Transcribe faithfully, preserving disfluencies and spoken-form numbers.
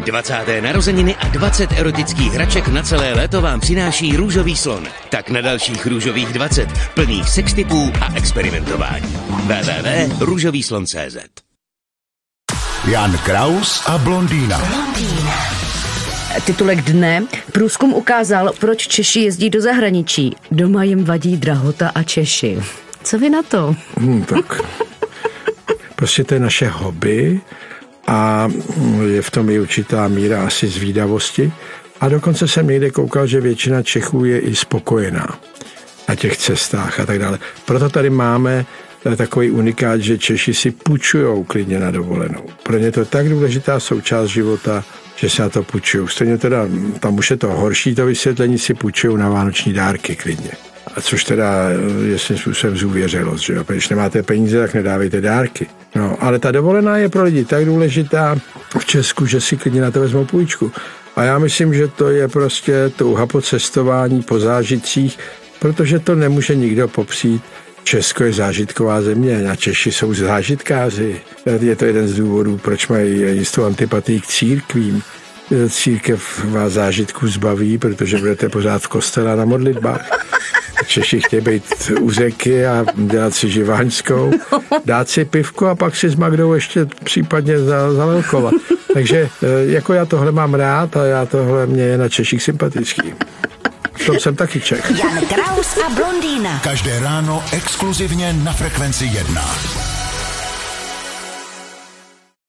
dvacáté narozeniny a dvacet erotických hraček na celé léto vám přináší Růžový slon. Tak na dalších Růžových dvacet, plných sextipů a experimentování. w w w tečka růžový slon tečka cé zet. Jan Kraus a blondýna. blondýna. Titulek dne. Průzkum ukázal, proč Češi jezdí do zahraničí. Doma jim vadí drahota a Češi. Co vy na to? Hmm, tak. Prostě to je naše hobby a je v tom i určitá míra asi zvídavosti. A dokonce jsem někde koukal, že většina Čechů je i spokojená na těch cestách a tak dále. Proto tady máme takový unikát, že Češi si půjčujou klidně na dovolenou. Pro ně to je tak důležitá součást života, že se na to půjčují. Stejně teda, tam už je to horší, to vysvětlení, si půjčují na vánoční dárky klidně. A což teda je svým způsobem zůvěřilost, že jo? Když nemáte peníze, tak nedávejte dárky. No, ale ta dovolená je pro lidi tak důležitá v Česku, že si klidně na to vezmou půjčku. A já myslím, že to je prostě touha po cestování, po zážitcích, protože to nemůže nikdo popřít. Česko je zážitková země a Češi jsou zážitkáři. Je to jeden z důvodů, proč mají jistou antipatii k církvím. Církev vás zážitku zbaví, protože budete pořád v kostele a na modlitbách. Češi chtějí být u řeky a dělat si živáňskou, dát si pivku a pak si s Magdou ještě případně zalelkovat. Takže jako já tohle mám rád a já tohle mě je na Češích sympatický. V tom jsem taky Čech. Jan Kraus a blondýna. Každé ráno exkluzivně na Frekvenci jedna.